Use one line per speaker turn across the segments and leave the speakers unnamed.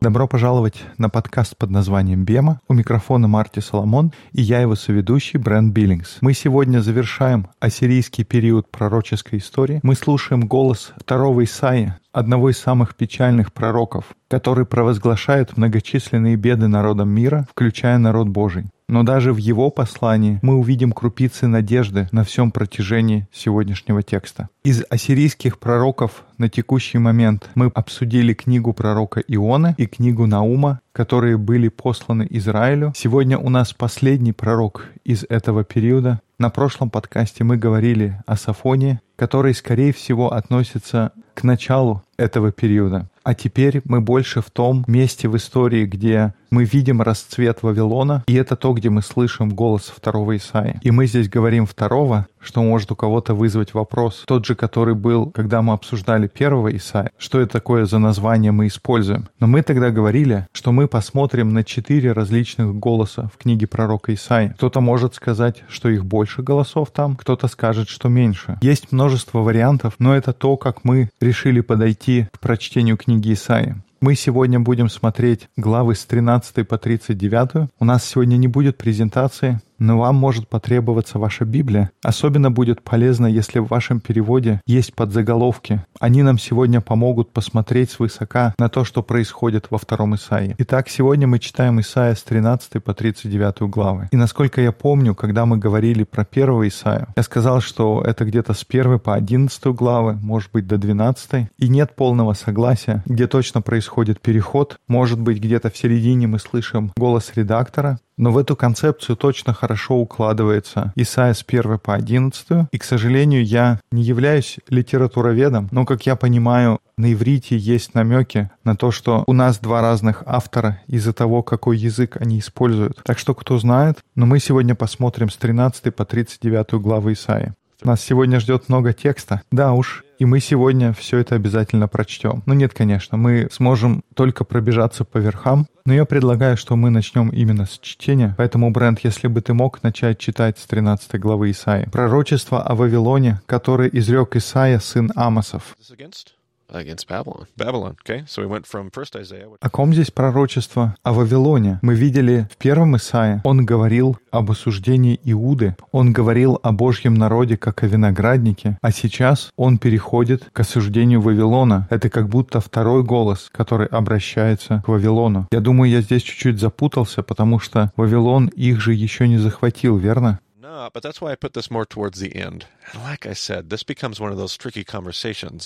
Добро пожаловать на подкаст под названием «Бема». У микрофона Марти Соломон и я его соведущий Брент Биллингс. Мы сегодня завершаем ассирийский период пророческой истории. Мы слушаем голос второго Исаии, одного из самых печальных пророков, который провозглашает многочисленные беды народам мира, включая народ Божий. Но даже в его послании мы увидим крупицы надежды на всем протяжении сегодняшнего текста. Из ассирийских пророков на текущий момент мы обсудили книгу пророка Ионы и книгу Наума, которые были посланы Израилю. Сегодня у нас последний пророк из этого периода. На прошлом подкасте мы говорили о Софонии, который, скорее всего, относится к началу этого периода. А теперь мы больше в том месте в истории, где мы видим расцвет Вавилона, и это то, где мы слышим голос второго Исаии. И мы здесь говорим второго, что может у кого-то вызвать вопрос. Тот же, который был, когда мы обсуждали первого Исаия. Что это такое за название мы используем? Но мы тогда говорили, что мы посмотрим на 4 различных голоса в книге пророка Исаии. Кто-то может сказать, что их больше голосов там, кто-то скажет, что меньше. Есть множество вариантов, но это то, как мы решили подойти к прочтению книги Исаии. Мы сегодня будем смотреть главы с 13 по 39. У нас сегодня не будет презентации, но вам может потребоваться ваша Библия. Особенно будет полезно, если в вашем переводе есть подзаголовки. Они нам сегодня помогут посмотреть свысока на то, что происходит во втором Исаии. Итак, сегодня мы читаем Исаия с 13 по 39 главы. И насколько я помню, когда мы говорили про первого Исаию, я сказал, что это где-то с 1 по 11 главы, может быть, до 12. И нет полного согласия, где точно происходит переход. Может быть, где-то в середине мы слышим голос редактора. Но в эту концепцию точно хорошо укладывается Исаия с 1 по 11. И, к сожалению, я не являюсь литературоведом, но, как я понимаю, на иврите есть намеки на то, что у нас 2 разных автора из-за того, какой язык они используют. Так что, кто знает, но мы сегодня посмотрим с 13 по 39 главы Исаии. Нас сегодня ждет много текста. Да уж, и мы сегодня все это обязательно прочтем. Ну нет, конечно, мы сможем только пробежаться по верхам, но я предлагаю, что мы начнем именно с чтения. Поэтому, Брент, если бы ты мог начать читать с 13 главы Исаии. Пророчество о Вавилоне, которое изрек Исаия, сын Амосов.
Against Babylon. Okay, so we went from first Isaiah.
О ком здесь пророчество? О Вавилоне. Мы видели в первом Исаии, он говорил об осуждении Иуды, он говорил о Божьем народе как о винограднике, а сейчас он переходит к осуждению Вавилона. Это как будто второй голос, который обращается к Вавилону. Я думаю, я здесь чуть-чуть запутался, потому что Вавилон их же еще не захватил, верно?
No, but that's why I put this more towards the end. And like I said, this becomes one of those tricky conversations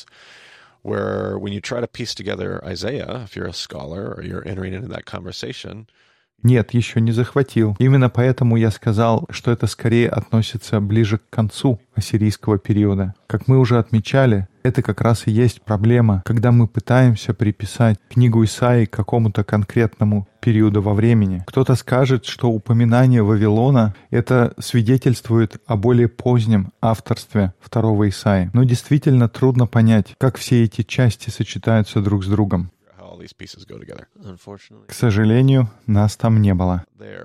where when you try to piece together Isaiah, if you're a scholar or you're entering into that conversation...
Нет, еще не захватил. Именно поэтому я сказал, что это скорее относится ближе к концу ассирийского периода. Как мы уже отмечали, это как раз и есть проблема, когда мы пытаемся приписать книгу Исаии к какому-то конкретному периоду во времени. Кто-то скажет, что упоминание Вавилона — это свидетельствует о более позднем авторстве второго Исаии. Но действительно трудно понять, как все эти части сочетаются друг с другом. К сожалению, нас там не было.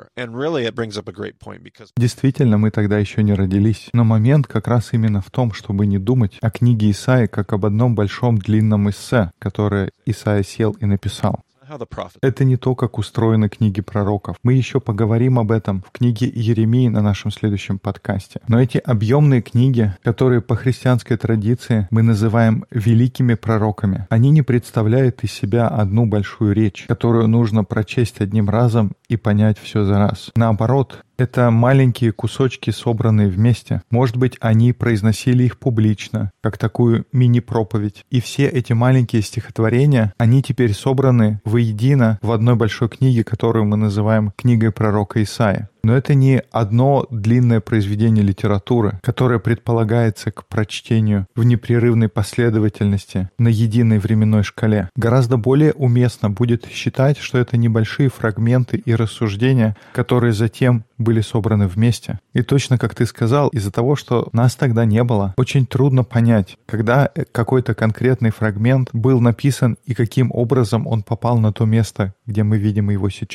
Действительно, мы тогда еще не родились. Но момент как раз именно в том, чтобы не думать о книге Исаии как об одном большом длинном эссе, которое Исаия сел и написал. Это не то, как устроены книги пророков. Мы еще поговорим об этом в книге Иеремии на нашем следующем подкасте. Но эти объемные книги, которые по христианской традиции мы называем великими пророками, они не представляют из себя одну большую речь, которую нужно прочесть одним разом и понять все за раз. Наоборот, это маленькие кусочки, собранные вместе. Может быть, они произносили их публично, как такую мини-проповедь. И все эти маленькие стихотворения, они теперь собраны воедино в одной большой книге, которую мы называем книгой пророка Исаии. Но это не одно длинное произведение литературы, которое предполагается к прочтению в непрерывной последовательности на единой временной шкале. Гораздо более уместно будет считать, что это небольшие фрагменты и рассуждения, которые затем были собраны вместе. И точно как ты сказал, из-за того, что нас тогда не было, очень трудно понять, когда какой-то конкретный фрагмент был написан и каким образом он попал на то место, где мы видим его сейчас.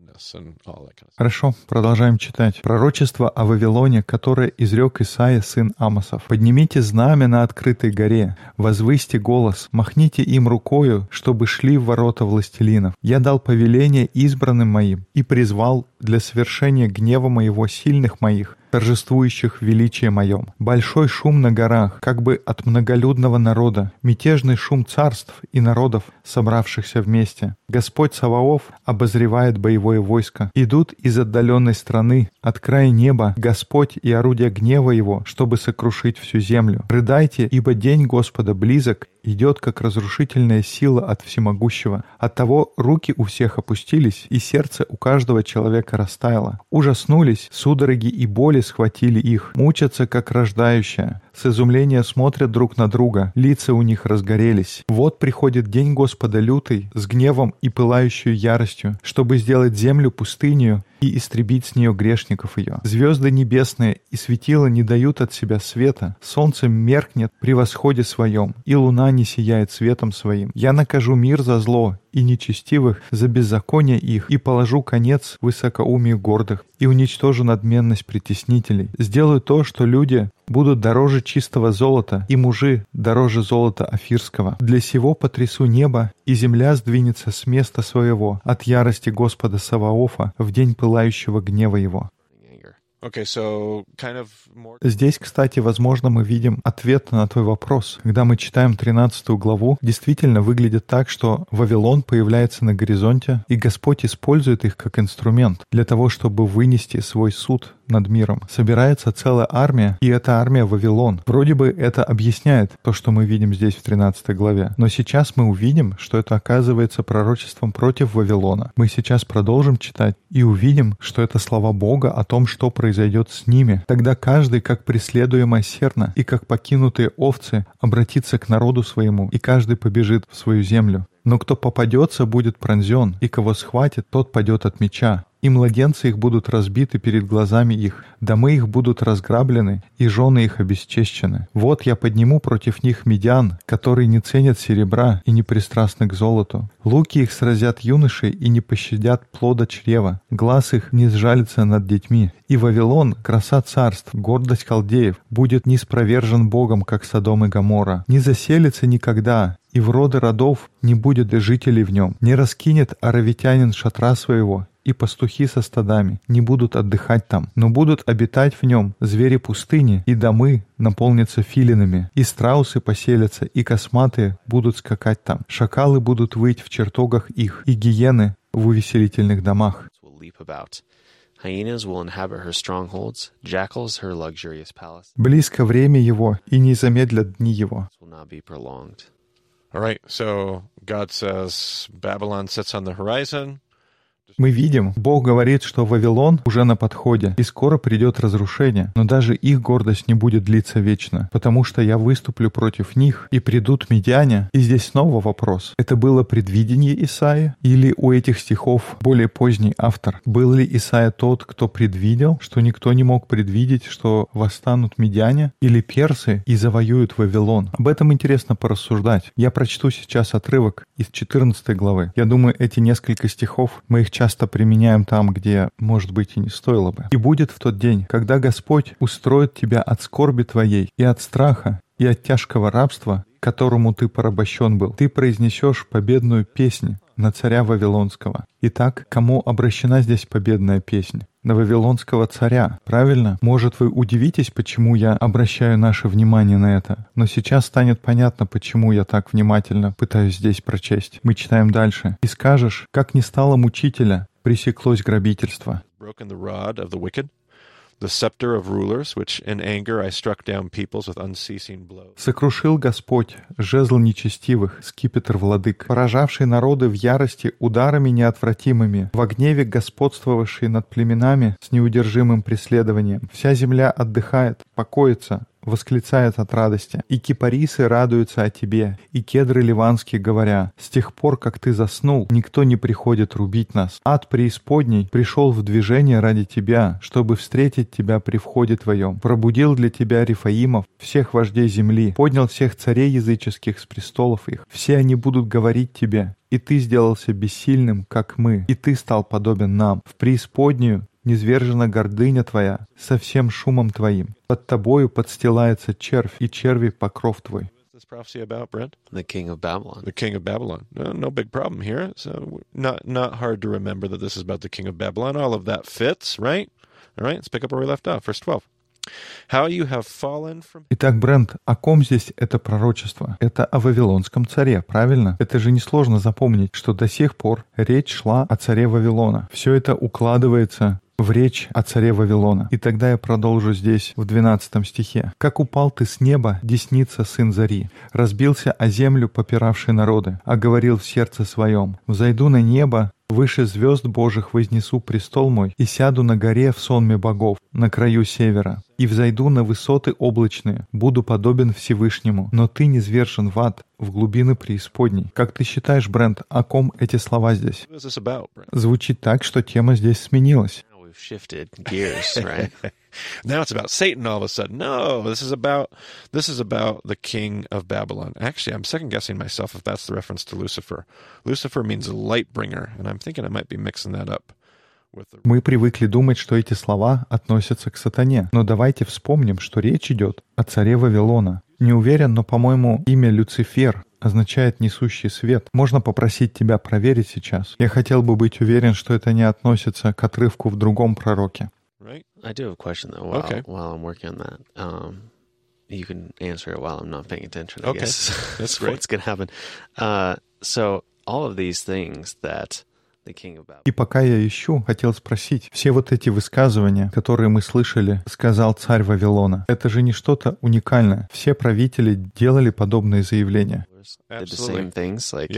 wickedness and all that kind of stuff.
Хорошо, продолжаем читать. Пророчество о Вавилоне, которое изрек Исаия, сын Амосов. «Поднимите знамя на открытой горе, возвысьте голос, махните им рукою, чтобы шли в ворота властелинов. Я дал повеление избранным моим и призвал для совершения гнева моего сильных моих, торжествующих в величии моем. Большой шум на горах, как бы от многолюдного народа, мятежный шум царств и народов, собравшихся вместе. Господь Саваоф обозревает боевое войско. Идут из отдаленной страны, от края неба, Господь и орудия гнева Его, чтобы сокрушить всю землю. Рыдайте, ибо день Господа близок, идет, как разрушительная сила от всемогущего. Оттого руки у всех опустились, и сердце у каждого человека растаяло. Ужаснулись, судороги и боли схватили их, мучатся, как рождающая. С изумления смотрят друг на друга, лица у них разгорелись. Вот приходит день Господа лютый, с гневом и пылающую яростью, чтобы сделать землю пустынью и истребить с нее грешников ее. Звезды небесные и светила не дают от себя света, солнце меркнет при восходе своем, и луна не сияет светом своим. Я накажу мир за зло, и нечестивых за беззаконие их, и положу конец высокоумию гордых, и уничтожу надменность притеснителей. Сделаю то, что люди будут дороже чистого золота, и мужи дороже золота офирского. Для сего потрясу небо, и земля сдвинется с места своего от ярости Господа Саваофа в день пылающего гнева его».
Okay, so kind of more...
Здесь, кстати, возможно, мы видим ответ на твой вопрос. Когда мы читаем 13 главу, действительно выглядит так, что Вавилон появляется на горизонте, и Господь использует их как инструмент для того, чтобы вынести свой суд над миром. Собирается целая армия, и эта армия Вавилон. Вроде бы это объясняет то, что мы видим здесь в 13 главе. Но сейчас мы увидим, что это оказывается пророчеством против Вавилона. Мы сейчас продолжим читать и увидим, что это слова Бога о том, что произойдет с ними. Тогда каждый, как преследуемая серна и как покинутые овцы, обратится к народу своему, и каждый побежит в свою землю. Но кто попадется, будет пронзен, и кого схватит, тот падет от меча. И младенцы их будут разбиты перед глазами их, домы их будут разграблены, и жены их обесчещены. Вот я подниму против них медян, которые не ценят серебра и не пристрастны к золоту. Луки их сразят юноши и не пощадят плода чрева. Глаз их не сжалится над детьми. И Вавилон, краса царств, гордость халдеев, будет ниспровержен Богом, как Содом и Гоморра. Не заселится никогда, и в роды родов не будет жителей в нем. Не раскинет аравитянин шатра своего, и пастухи со стадами не будут отдыхать там, но будут обитать в нем звери пустыни, и домы наполнятся филинами, и страусы поселятся, и косматые будут скакать там. Шакалы будут выть в чертогах их, и гиены в увеселительных домах. Близко время его, и не замедлят дни его.
All right, so God says Babylon sits on the horizon.
Мы видим, Бог говорит, что Вавилон уже на подходе, и скоро придет разрушение, но даже их гордость не будет длиться вечно, потому что я выступлю против них, и придут медяне. И здесь снова вопрос. Это было предвидение Исаии, или у этих стихов более поздний автор? Был ли Исаия тот, кто предвидел, что никто не мог предвидеть, что восстанут медяне, или персы и завоюют Вавилон? Об этом интересно порассуждать. Я прочту сейчас отрывок из 14 главы. Я думаю, эти несколько стихов, мы их часто применяем там, где, может быть, и не стоило бы. «И будет в тот день, когда Господь устроит тебя от скорби твоей и от страха, и от тяжкого рабства, которому ты порабощен был. Ты произнесешь победную песнь на царя Вавилонского». Итак, кому обращена здесь победная песня? На Вавилонского царя, правильно? Может, вы удивитесь, почему я обращаю наше внимание на это, но сейчас станет понятно, почему я так внимательно пытаюсь здесь прочесть. Мы читаем дальше. «И скажешь, как не стало мучителя, пресеклось грабительство».
The scepter of rulers, which in anger I struck down peoples with unceasing blows.
«Сокрушил Господь жезл нечестивых, скипетр владык, поражавший народы в ярости ударами неотвратимыми, в гневе господствовавший над племенами с неудержимым преследованием. Вся земля отдыхает, покоится, восклицает от радости, и кипарисы радуются о тебе, и кедры ливанские говоря, с тех пор, как ты заснул, никто не приходит рубить нас. Ад преисподней пришел в движение ради тебя, чтобы встретить тебя при входе твоем. Пробудил для тебя Рифаимов, всех вождей земли, поднял всех царей языческих с престолов их. Все они будут говорить тебе, и ты сделался бессильным, как мы, и ты стал подобен нам. В преисподнюю низвержена гордыня твоя со всем шумом твоим. Под тобою подстилается червь, и черви покров твой.
This prophecy about, Brent?
The king of Babylon.
The king of Babylon. No big problem here. So not hard to remember that this is about the king of Babylon. All of that fits, right? All right, let's pick up where we left off. Verse 12. How you have fallen from...
Итак, Брент, о ком здесь это пророчество? Это о Вавилонском царе, правильно? Это же несложно запомнить, что до сих пор речь шла о царе Вавилона. Все это укладывается в речь о царе Вавилона. И тогда я продолжу здесь, в 12 стихе. «Как упал ты с неба, десница сын зари, разбился о землю попиравший народы, а говорил в сердце своем, взойду на небо, выше звезд Божьих вознесу престол мой, и сяду на горе в сонме богов, на краю севера, и взойду на высоты облачные, буду подобен Всевышнему, но ты низвержен в ад, в глубины преисподней». Как ты считаешь, Брент, о ком эти слова здесь?
What is this about, Brent?
Звучит так, что тема здесь сменилась.
We've shifted gears, right?
Now it's about Satan all of a sudden. No, this is about the king of Babylon. Actually, I'm second guessing myself if that's the reference to Lucifer. Lucifer means light bringer, and I'm thinking I might be mixing that up with the...
Мы привыкли думать, что эти слова относятся к сатане. Но давайте вспомним, что речь идет о царе Вавилона. Не уверен, но, по-моему, имя Люцифер означает «несущий свет». Можно попросить тебя проверить сейчас? Я хотел бы быть уверен, что это не относится к отрывку в другом пророке.
Right?
I do have a question, though, while I'm working on that. You can answer it while I'm not paying attention, I guess.
That's great.
What's going to happen. So all of these things that the king of Babylon...
И пока я ищу, хотел спросить, все вот эти высказывания, которые мы слышали, сказал царь Вавилона, это же не что-то уникальное. Все правители делали подобные заявления.
did the same things, like...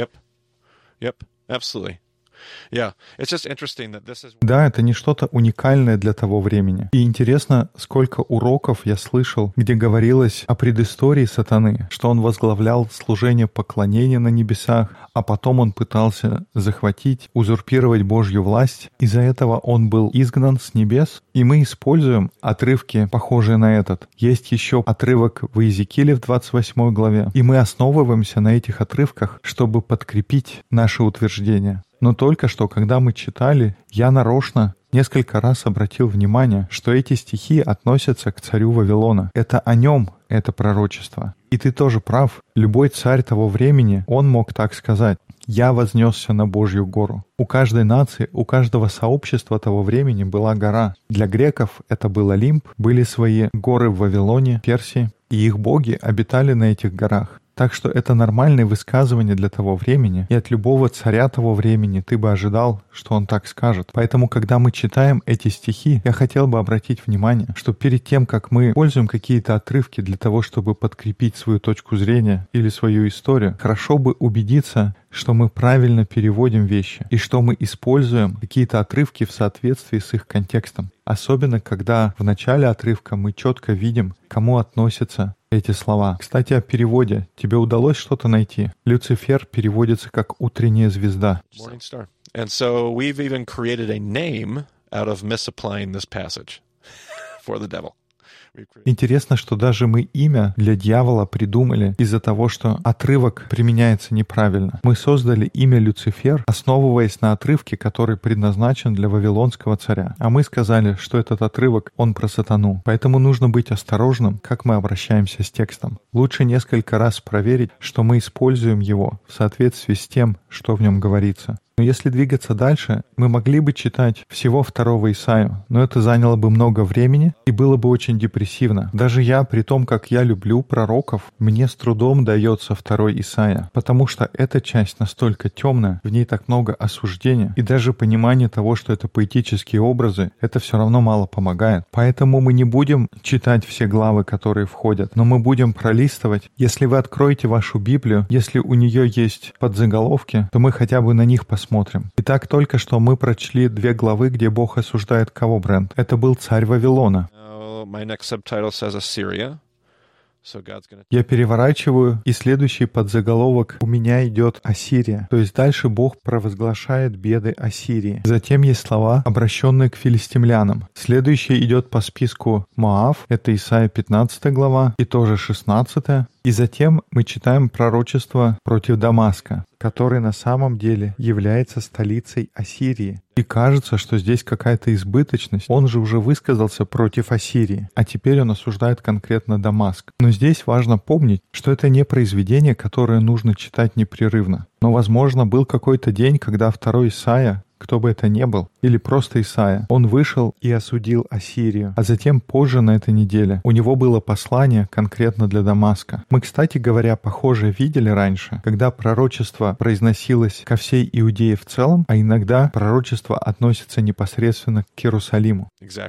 Yep, absolutely. Yeah, it's just interesting that this is...
Да, это не что-то уникальное для того времени. И интересно, сколько уроков я слышал, где говорилось о предыстории сатаны, что он возглавлял служение поклонения на небесах, а потом он пытался захватить, узурпировать Божью власть. Из-за этого он был изгнан с небес. И мы используем отрывки, похожие на этот. Есть еще отрывок в Иезекииле в 28 главе. И мы основываемся на этих отрывках, чтобы подкрепить наши утверждения. Но только что, когда мы читали, я нарочно несколько раз обратил внимание, что эти стихи относятся к царю Вавилона. Это о нем это пророчество. И ты тоже прав. Любой царь того времени, он мог так сказать: «Я вознесся на Божью гору». У каждой нации, у каждого сообщества того времени была гора. Для греков это был Олимп, были свои горы в Вавилоне, Персии, и их боги обитали на этих горах. Так что это нормальное высказывание для того времени, и от любого царя того времени ты бы ожидал, что он так скажет. Поэтому, когда мы читаем эти стихи, я хотел бы обратить внимание, что перед тем, как мы используем какие-то отрывки для того, чтобы подкрепить свою точку зрения или свою историю, хорошо бы убедиться, что мы правильно переводим вещи, и что мы используем какие-то отрывки в соответствии с их контекстом. Особенно, когда в начале отрывка мы четко видим, к кому относятся эти слова. Кстати, о переводе. Тебе удалось что-то найти? Люцифер переводится как «утренняя звезда».
Morning star. And so we've even created a name out of misapplying this passage for the devil.
Интересно, что даже мы имя для дьявола придумали из-за того, что отрывок применяется неправильно. Мы создали имя Люцифер, основываясь на отрывке, который предназначен для вавилонского царя. А мы сказали, что этот отрывок, он про сатану. Поэтому нужно быть осторожным, как мы обращаемся с текстом. Лучше несколько раз проверить, что мы используем его в соответствии с тем, что в нем говорится. Но если двигаться дальше, мы могли бы читать всего 2 Исаию, но это заняло бы много времени и было бы очень депрессивно. Даже я, при том, как я люблю пророков, мне с трудом дается 2 Исаия, потому что эта часть настолько темная, в ней так много осуждения, и даже понимание того, что это поэтические образы, это все равно мало помогает. Поэтому мы не будем читать все главы, которые входят, но мы будем пролистывать. Если вы откроете вашу Библию, если у нее есть подзаголовки, то мы хотя бы на них посмотрим. Итак, только что мы прочли 2 главы, где Бог осуждает кого, Брент? Это был царь Вавилона.
My next subtitle says Assyria.
Я переворачиваю, и следующий подзаголовок у меня идет Ассирия. То есть дальше Бог провозглашает беды Ассирии. Затем есть слова, обращенные к филистимлянам. Следующий идет по списку Моав, это Исайя 15 глава и тоже 16. И затем мы читаем пророчество против Дамаска, который на самом деле является столицей Ассирии. И кажется, что здесь какая-то избыточность. Он же уже высказался против Ассирии, а теперь он осуждает конкретно Дамаск. Но здесь важно помнить, что это не произведение, которое нужно читать непрерывно. Но, возможно, был какой-то день, когда второй Исайя, кто бы это ни был, или просто Исайя, он вышел и осудил Ассирию. А затем позже на этой неделе у него было послание конкретно для Дамаска. Мы, кстати говоря, похоже видели раньше, когда пророчество произносилось ко всей Иудее в целом, а иногда пророчество относится непосредственно к Иерусалиму.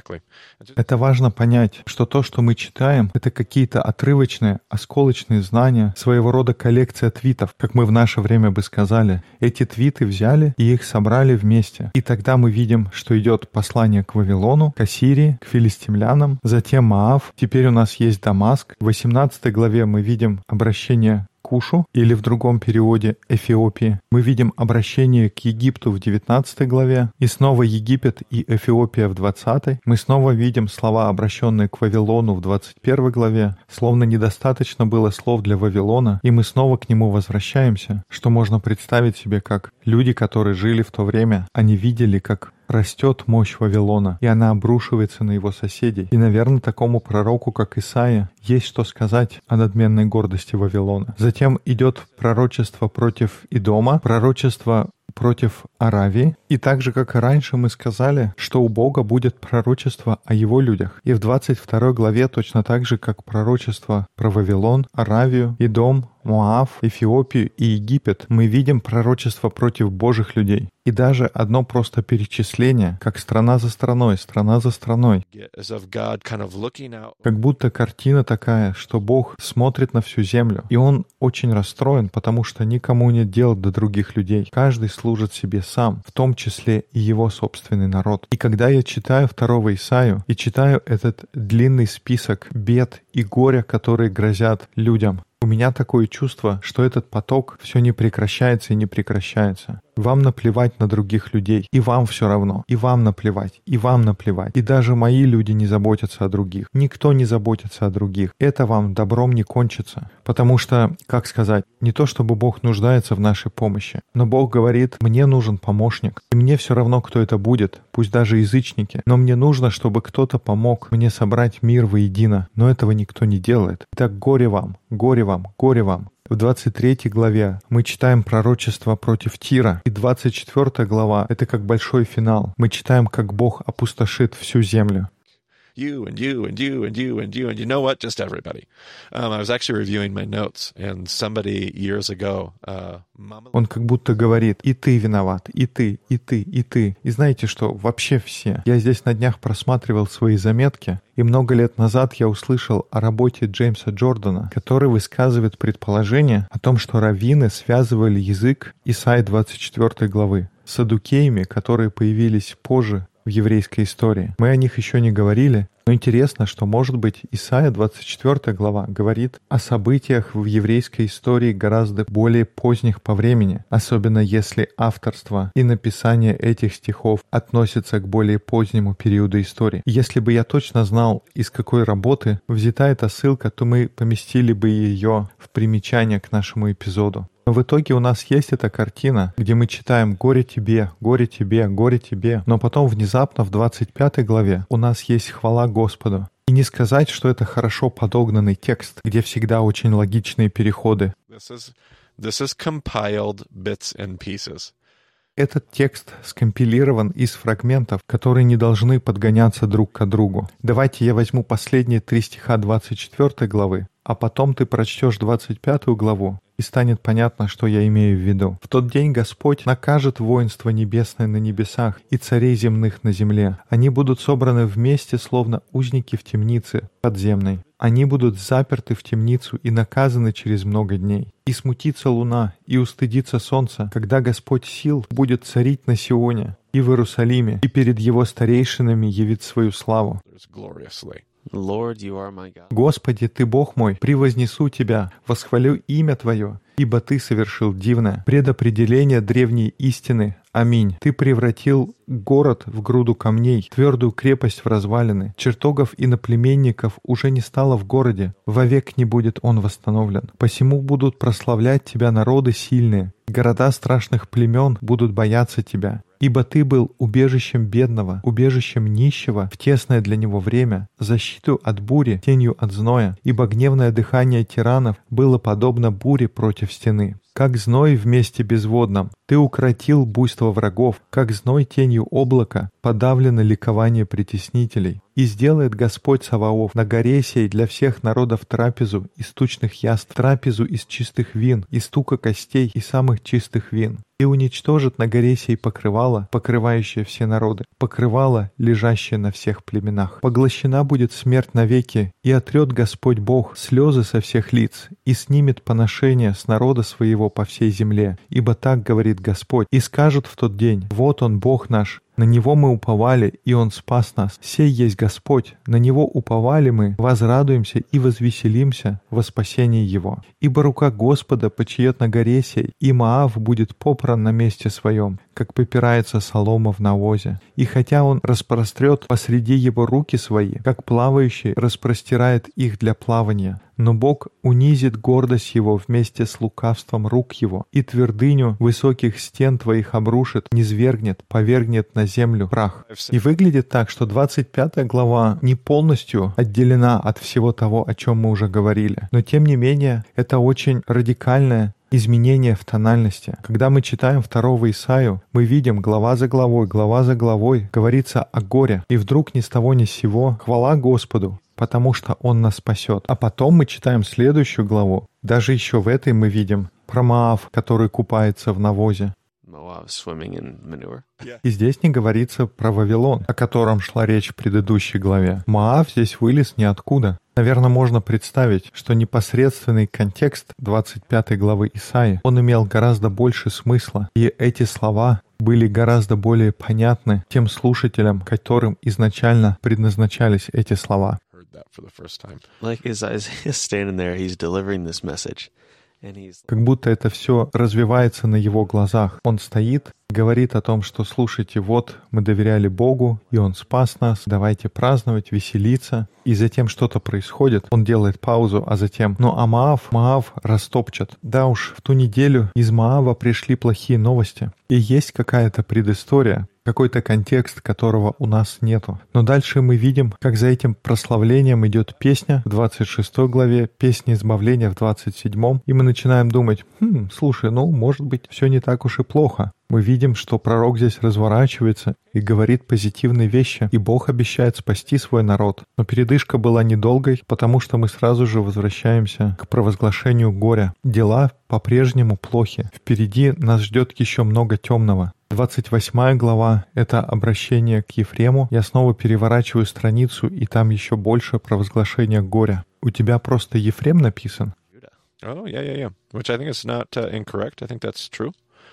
Это важно понять, что то, что мы читаем, это какие-то отрывочные, осколочные знания, своего рода коллекция твитов, как мы в наше время бы сказали. Эти твиты взяли и их собрали вместе. И тогда мы видим, что идет послание к Вавилону, к Ассирии, к филистимлянам, затем Моав. Теперь у нас есть Дамаск. В 18 главе мы видим обращение к Кушу, или в другом переводе Эфиопии. Мы видим обращение к Египту в 19 главе, и снова Египет и Эфиопия в 20. Мы снова видим слова, обращенные к Вавилону в 21 главе, словно недостаточно было слов для Вавилона, и мы снова к нему возвращаемся, что можно представить себе как люди, которые жили в то время, они видели, как растет мощь Вавилона, и она обрушивается на его соседей. И, наверное, такому пророку, как Исаия, есть что сказать о надменной гордости Вавилона. Затем идет пророчество против Идома, пророчество против Аравии. И так же, как и раньше, мы сказали, что у Бога будет пророчество о Его людях. И в 22 главе точно так же, как пророчество про Вавилон, Аравию, Идом, Моав, Эфиопию и Египет, мы видим пророчество против Божьих людей. И даже одно просто перечисление, как страна за страной, как будто картина такая, что Бог смотрит на всю землю, и Он очень расстроен, потому что никому нет дела до других людей. Каждый служит себе сам, в том числе и его собственный народ. И когда я читаю 2 Исаию и читаю этот длинный список бед и горя, которые грозят людям, у меня такое чувство, что этот поток все не прекращается и не прекращается. Вам наплевать на других людей, и вам все равно, и вам наплевать, и вам наплевать. И даже мои люди не заботятся о других. Никто не заботится о других. Это вам добром не кончится. Потому что, как сказать, не то чтобы Бог нуждается в нашей помощи, но Бог говорит, мне нужен помощник, и мне все равно, кто это будет, пусть даже язычники, но мне нужно, чтобы кто-то помог мне собрать мир воедино, но этого никто не делает. Итак, горе вам, горе вам, горе вам. В 23 главе мы читаем пророчество против Тира, и 24 глава — это как большой финал. Мы читаем, как Бог опустошит всю землю.
You and you and you and you and you and you know what? Just everybody. I was actually reviewing my notes, and somebody years ago.
Он как будто говорит: и ты виноват, и ты, и ты, и ты. И знаете что? Вообще все. Я здесь на днях просматривал свои заметки, и много лет назад я услышал о работе Джеймса Джордана, который высказывает предположение о том, что раввины связывали язык Исаии 24 главы с саддукеями, которые появились позже в еврейской истории. Мы о них еще не говорили, но интересно, что, может быть, Исайя 24 глава говорит о событиях в еврейской истории гораздо более поздних по времени, особенно если авторство и написание этих стихов относятся к более позднему периоду истории. Если бы я точно знал, из какой работы взята эта ссылка, то мы поместили бы ее в примечание к нашему эпизоду. Но в итоге у нас есть эта картина, где мы читаем «Горе тебе, горе тебе, горе тебе», но потом внезапно в 25 главе у нас есть хвала Господу. И не сказать, что это хорошо подогнанный текст, где всегда очень логичные переходы.
This is compiled bits and pieces.
Этот текст скомпилирован из фрагментов, которые не должны подгоняться друг к другу. Давайте я возьму последние 3 стиха 24 главы, а потом ты прочтешь 25 главу, и станет понятно, что я имею в виду. В тот день Господь накажет воинство небесное на небесах и царей земных на земле. Они будут собраны вместе, словно узники в темнице подземной. Они будут заперты в темницу и наказаны через много дней. И смутится луна, и устыдится солнце, когда Господь сил будет царить на Сионе и в Иерусалиме, и перед его старейшинами явит свою славу.
Lord, you are my God.
Господи, Ты Бог мой, превознесу Тебя, восхвалю имя Твое, ибо Ты совершил дивное, предопределение древней истины. Аминь. Ты превратил город в груду камней, твердую крепость в развалины. Чертогов иноплеменников уже не стало в городе, вовек не будет он восстановлен. Посему будут прославлять Тебя народы сильные, города страшных племен будут бояться Тебя. Ибо Ты был убежищем бедного, убежищем нищего в тесное для него время, защиту от бури, тенью от зноя, ибо гневное дыхание тиранов было подобно буре против стены. Как зной в месте безводном, Ты укротил буйство врагов, как зной тенью облака, подавлено ликование притеснителей. И сделает Господь Саваоф на горе сей для всех народов трапезу из тучных яств, трапезу из чистых вин, из тука костей и самых чистых вин. И уничтожит на горе сей покрывало, покрывающее все народы, покрывало, лежащее на всех племенах. Поглощена будет смерть навеки, и отрет Господь Бог слезы со всех лиц, и снимет поношение с народа своего по всей земле. Ибо так говорит Господь, и скажут в тот день: вот Он, Бог наш, на Него мы уповали, и Он спас нас. Сей есть Господь, на Него уповали мы, возрадуемся и возвеселимся во спасении Его. Ибо рука Господа почиет на горе сей, и Моав будет попран на месте своем, как попирается солома в навозе. И хотя Он распрострет посреди его руки свои, как плавающий распростирает их для плавания, но Бог унизит гордость его вместе с лукавством рук его, и твердыню высоких стен твоих обрушит, низвергнет, повергнет на землю прах. И выглядит так, что 25 глава не полностью отделена от всего того, о чем мы уже говорили. Но тем не менее, это очень радикальное изменение в тональности. Когда мы читаем 2 Исаию, мы видим глава за главой говорится о горе. И вдруг ни с того ни с сего хвала Господу, потому что Он нас спасет. А потом мы читаем следующую главу. Даже еще в этой мы видим про Моав, который купается в навозе. И здесь не говорится про Вавилон, о котором шла речь в предыдущей главе. Моав здесь вылез ниоткуда. Наверное, можно представить, что непосредственный контекст 25 главы Исаии, он имел гораздо больше смысла, и эти слова были гораздо более понятны тем слушателям, которым изначально предназначались эти слова. Как будто это все развивается на его глазах. Он стоит, говорит о том, что слушайте, вот мы доверяли Богу, и Он спас нас, давайте праздновать, веселиться. И затем что-то происходит, он делает паузу, а затем, Моав растопчет. Да уж, в ту неделю из Моава пришли плохие новости. И есть какая-то предыстория, какой-то контекст, которого у нас нету. Но дальше мы видим, как за этим прославлением идет песня в 26 главе, песня избавления в 27, и мы начинаем думать, слушай, может быть, все не так уж и плохо. Мы видим, что пророк здесь разворачивается и говорит позитивные вещи, и Бог обещает спасти свой народ. Но передышка была недолгой, потому что мы сразу же возвращаемся к провозглашению горя. Дела по-прежнему плохи. Впереди нас ждет еще много темного. 28 глава — это обращение к Ефрему. Я снова переворачиваю страницу, и там еще больше провозглашения горя. У тебя просто Ефрем написан?
Which I think is not incorrect. I think that's true.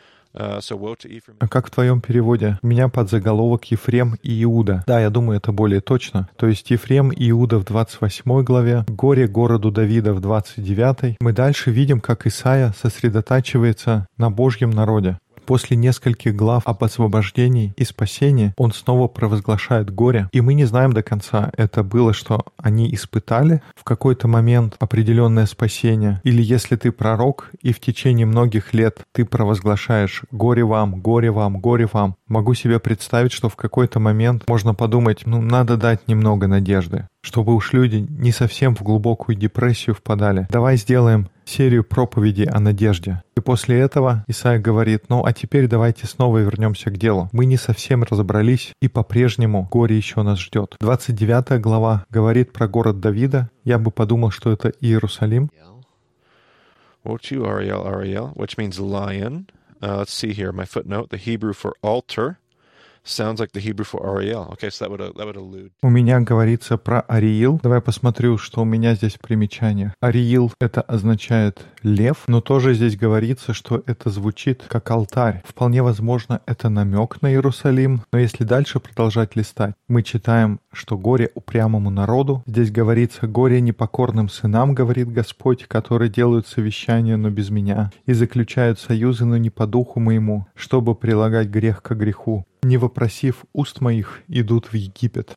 А как в твоем переводе? У меня подзаголовок Ефрем и Иуда. Да, я думаю, это более точно. То есть Ефрем и Иуда в 28 главе, горе городу Давида в 29. Мы дальше видим, как Исаия сосредотачивается на Божьем народе. После нескольких глав об освобождении и спасении он снова провозглашает горе. И мы не знаем до конца, это было, что они испытали в какой-то момент определенное спасение. Или если ты пророк, и в течение многих лет ты провозглашаешь горе вам, горе вам, горе вам. Могу себе представить, что в какой-то момент можно подумать, надо дать немного надежды, чтобы уж люди не совсем в глубокую депрессию впадали. Давай сделаем серию проповедей о надежде. И после этого Исаия говорит, а теперь давайте снова вернемся к делу. Мы не совсем разобрались, и по-прежнему горе еще нас ждет. 29 глава говорит про город Давида. Я бы подумал, что это Иерусалим.
Woe to you, Ariel, which means lion. Let's see here, my footnote. The Hebrew for altar sounds like the Hebrew for Ariel. Okay, so that would allude.
У меня говорится про Ариил. Давай посмотрю, что у меня здесь в примечаниях. Ариил — это означает лев, но тоже здесь говорится, что это звучит как алтарь. Вполне возможно, это намек на Иерусалим, но если дальше продолжать листать, мы читаем, что горе упрямому народу. Здесь говорится: горе непокорным сынам, говорит Господь, которые делают совещания, но без меня, и заключают союзы, но не по духу моему, чтобы прилагать грех ко греху. Не вопросив уст моих, идут в Египет.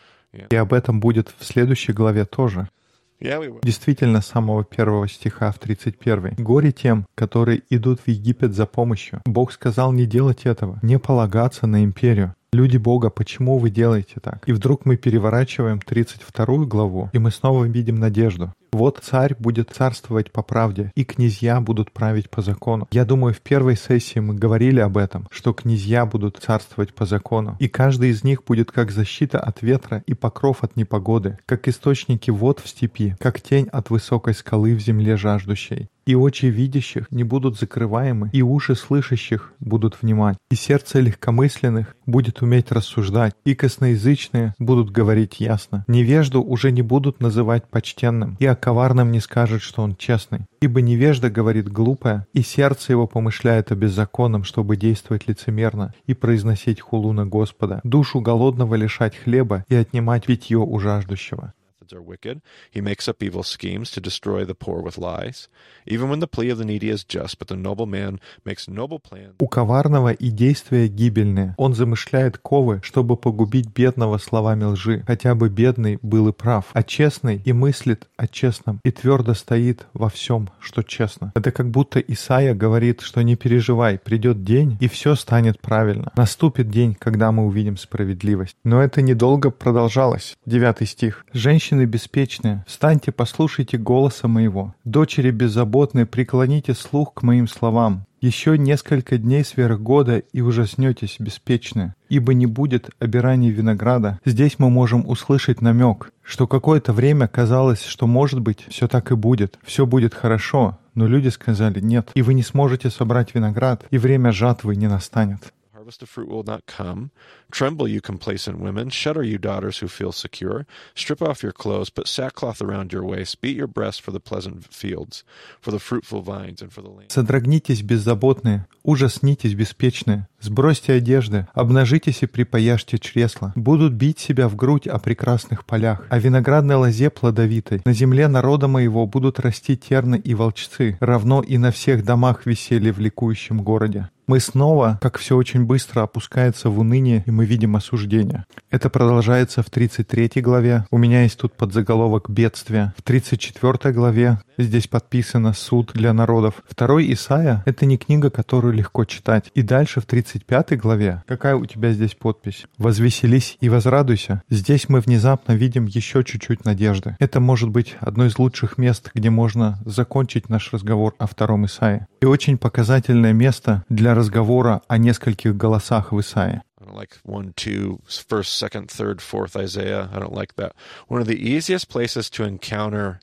И об этом будет в следующей главе тоже. Действительно, с самого 1 стиха в 31. «Горе тем, которые идут в Египет за помощью. Бог сказал не делать этого, не полагаться на империю. Люди Бога, почему вы делаете так?» И вдруг мы переворачиваем 32 главу, и мы снова видим надежду. «Вот царь будет царствовать по правде, и князья будут править по закону». Я думаю, в первой сессии мы говорили об этом, что князья будут царствовать по закону, и каждый из них будет как защита от ветра и покров от непогоды, как источники вод в степи, как тень от высокой скалы в земле жаждущей. И очи видящих не будут закрываемы, и уши слышащих будут внимать, и сердце легкомысленных будет уметь рассуждать, и косноязычные будут говорить ясно. Невежду уже не будут называть почтенным, и о коварном не скажет, что он честный. Ибо невежда говорит глупое, и сердце его помышляет о беззаконном, чтобы действовать лицемерно и произносить хулу на Господа, душу голодного лишать хлеба и отнимать питье у жаждущего.
Are wicked. He makes up evil schemes to destroy the poor with lies. Even when the plea of the needy is just, but the noble man makes noble plans.
У коварного и действия гибельные. Он замышляет ковы, чтобы погубить бедного словами лжи, хотя бы бедный был и прав, а честный и мыслит о честном, и твердо стоит во всем, что честно. Это как будто Исаия говорит, что не переживай, придет день, и все станет правильно. Наступит день, когда мы увидим справедливость. Но это недолго продолжалось. 9 стих. «Женщины беспечные, встаньте, послушайте голоса моего. Дочери беззаботные, преклоните слух к моим словам. Еще несколько дней сверх года, и ужаснетесь, беспечные, ибо не будет обираний винограда». Здесь мы можем услышать намек, что какое-то время казалось, что, может быть, все так и будет, все будет хорошо, но люди сказали нет, и вы не сможете собрать виноград, и время жатвы не настанет.
Harvest of fruit will not come. Tremble, you complacent women. Shudder, you daughters who feel secure. Strip off your clothes, put sackcloth around your waist. Beat your breast for the pleasant fields, for the fruitful vines, and for the land.
Содрогнитесь, беззаботные, ужаснитесь, беспечные. Сбросьте одежды, обнажитесь и припаяшьте чресла. Будут бить себя в грудь о прекрасных полях, о виноградной лозе плодовитой. На земле народа моего будут расти терны и волчцы, равно и на всех домах веселье в ликующем городе. Мы снова, как все очень быстро, опускается в уныние, и мы видим осуждение. Это продолжается в 33 главе. У меня есть тут подзаголовок «Бедствие». В 34 главе здесь подписано «Суд для народов». 2 Исаия — это не книга, которую легко читать. И дальше в 35 главе, какая у тебя здесь подпись? «Возвеселись и возрадуйся». Здесь мы внезапно видим еще чуть-чуть надежды. Это может быть одно из лучших мест, где можно закончить наш разговор о 2 Исаии. И очень показательное место для разговора о нескольких голосах в Исаии.
I don't like 1, 2, 1st, 2nd, 3rd, 4th Isaiah. I don't like that. One of the easiest places to encounter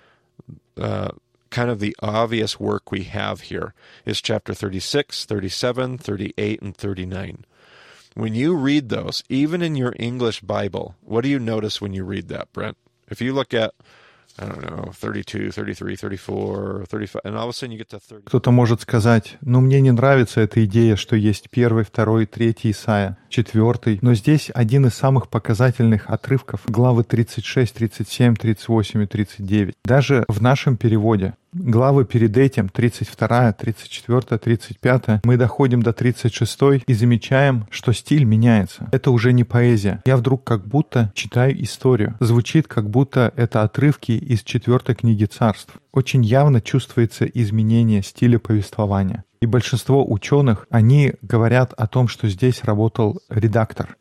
kind of the obvious work we have here is chapter 36, 37, 38, and 39. When you read those, even in your English Bible, what do you notice when you read that, Brent? If you look at, I don't know, 32, 33, 34, 35, and all of a sudden you get to 30.
Кто-то может сказать, мне не нравится эта идея, что есть 1, 2, 3 Исаия, 4, но здесь один из самых показательных отрывков, главы 36, 37, 38 и 39. Даже в нашем переводе главы перед этим, 32, 34, 35, мы доходим до 36 и замечаем, что стиль меняется. Это уже не поэзия. Я вдруг как будто читаю историю. Звучит, как будто это отрывки из 4 книги Царств. Очень явно чувствуется изменение стиля повествования. И большинство ученых, они говорят о том, что здесь работал редактор.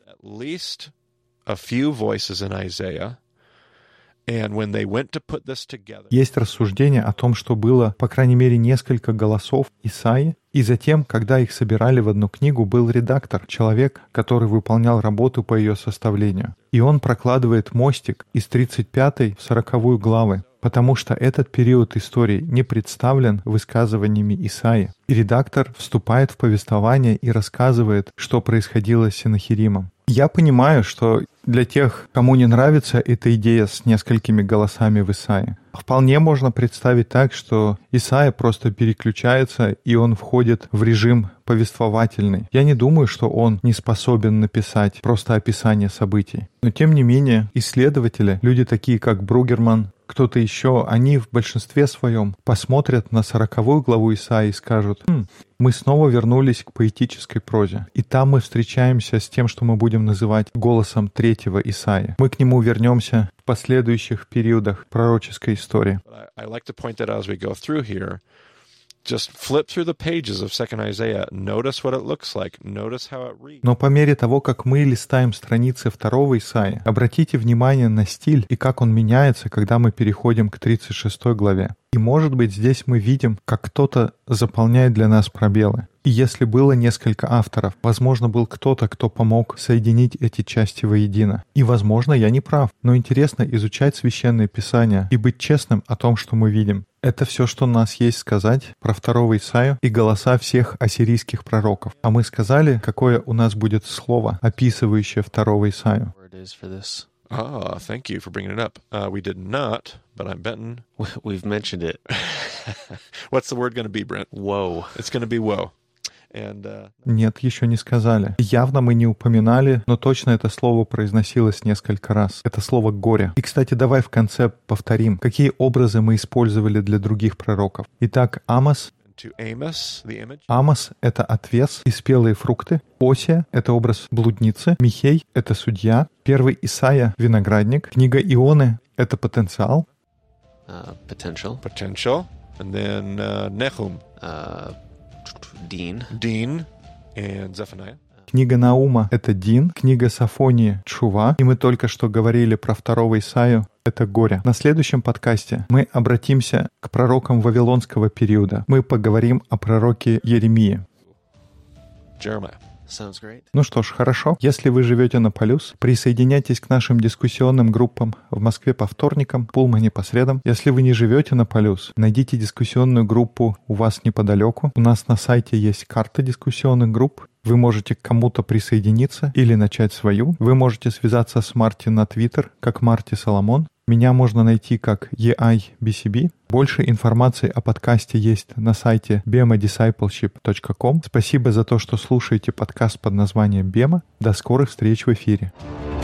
Есть рассуждение о том, что было, по крайней мере, несколько голосов Исаии, и затем, когда их собирали в одну книгу, был редактор, человек, который выполнял работу по ее составлению. И он прокладывает мостик из 35 в 40 главы, потому что этот период истории не представлен высказываниями Исаии. И редактор вступает в повествование и рассказывает, что происходило с Сенахеримом. Я понимаю, что для тех, кому не нравится эта идея с несколькими голосами в Исаии, вполне можно представить так, что Исаия просто переключается, и он входит в режим повествовательный. Я не думаю, что он не способен написать просто описание событий. Но тем не менее, исследователи, люди такие как Бругерман, кто-то еще, они в большинстве своем посмотрят на 40 главу Исаии и скажут: мы снова вернулись к поэтической прозе. И там мы встречаемся с тем, что мы будем называть голосом третьего Исаии. Мы к нему вернемся в последующих периодах пророческой истории.
Just flip through the pages of 2nd Isaiah. Notice what it looks like. Notice how it reads.
Но по мере того, как мы листаем страницы 2 Исаии, обратите внимание на стиль и как он меняется, когда мы переходим к 36 главе. И, может быть, здесь мы видим, как кто-то заполняет для нас пробелы. И если было несколько авторов, возможно, был кто-то, кто помог соединить эти части воедино. И, возможно, я не прав, но интересно изучать Священное Писание и быть честным о том, что мы видим. Это все, что у нас есть сказать про 2 Исаию и голоса всех ассирийских пророков. А мы сказали, какое у нас будет слово, описывающее 2 Исаию.
Thank you for bringing it up. We did not, but I'm betting
we've mentioned it.
What's the word going to be, Brent?
Woe.
It's going to be woe.
Нет, еще не сказали. Явно мы не упоминали, но точно это слово произносилось несколько раз. Это слово «горе». И, кстати, давай в конце повторим, какие образы мы использовали для других пророков. Итак, Амос. Амос — это отвес и спелые фрукты. Осия — это образ блудницы. Михей — это судья. 1 Исаия — виноградник. Книга Ионы — это потенциал.
Potential.
And then Nahum.
Dean
and Zephaniah.
Книга Наума — это Дин, книга Софонии — Тшува, и мы только что говорили про 2 Исаию — это горе. На следующем подкасте мы обратимся к пророкам Вавилонского периода. Мы поговорим о пророке Еремии.
Jeremiah.
Ну что ж, хорошо. Если вы живете на Полюс, присоединяйтесь к нашим дискуссионным группам в Москве по вторникам, в Пулмане по средам. Если вы не живете на Полюс, найдите дискуссионную группу у вас неподалеку. У нас на сайте есть карта дискуссионных групп. Вы можете к кому-то присоединиться или начать свою. Вы можете связаться с Марти на Twitter, как Марти Соломон. Меня можно найти как EIBCB. Больше информации о подкасте есть на сайте bemadiscipleship.com. Спасибо за то, что слушаете подкаст под названием «Бема». До скорых встреч в эфире.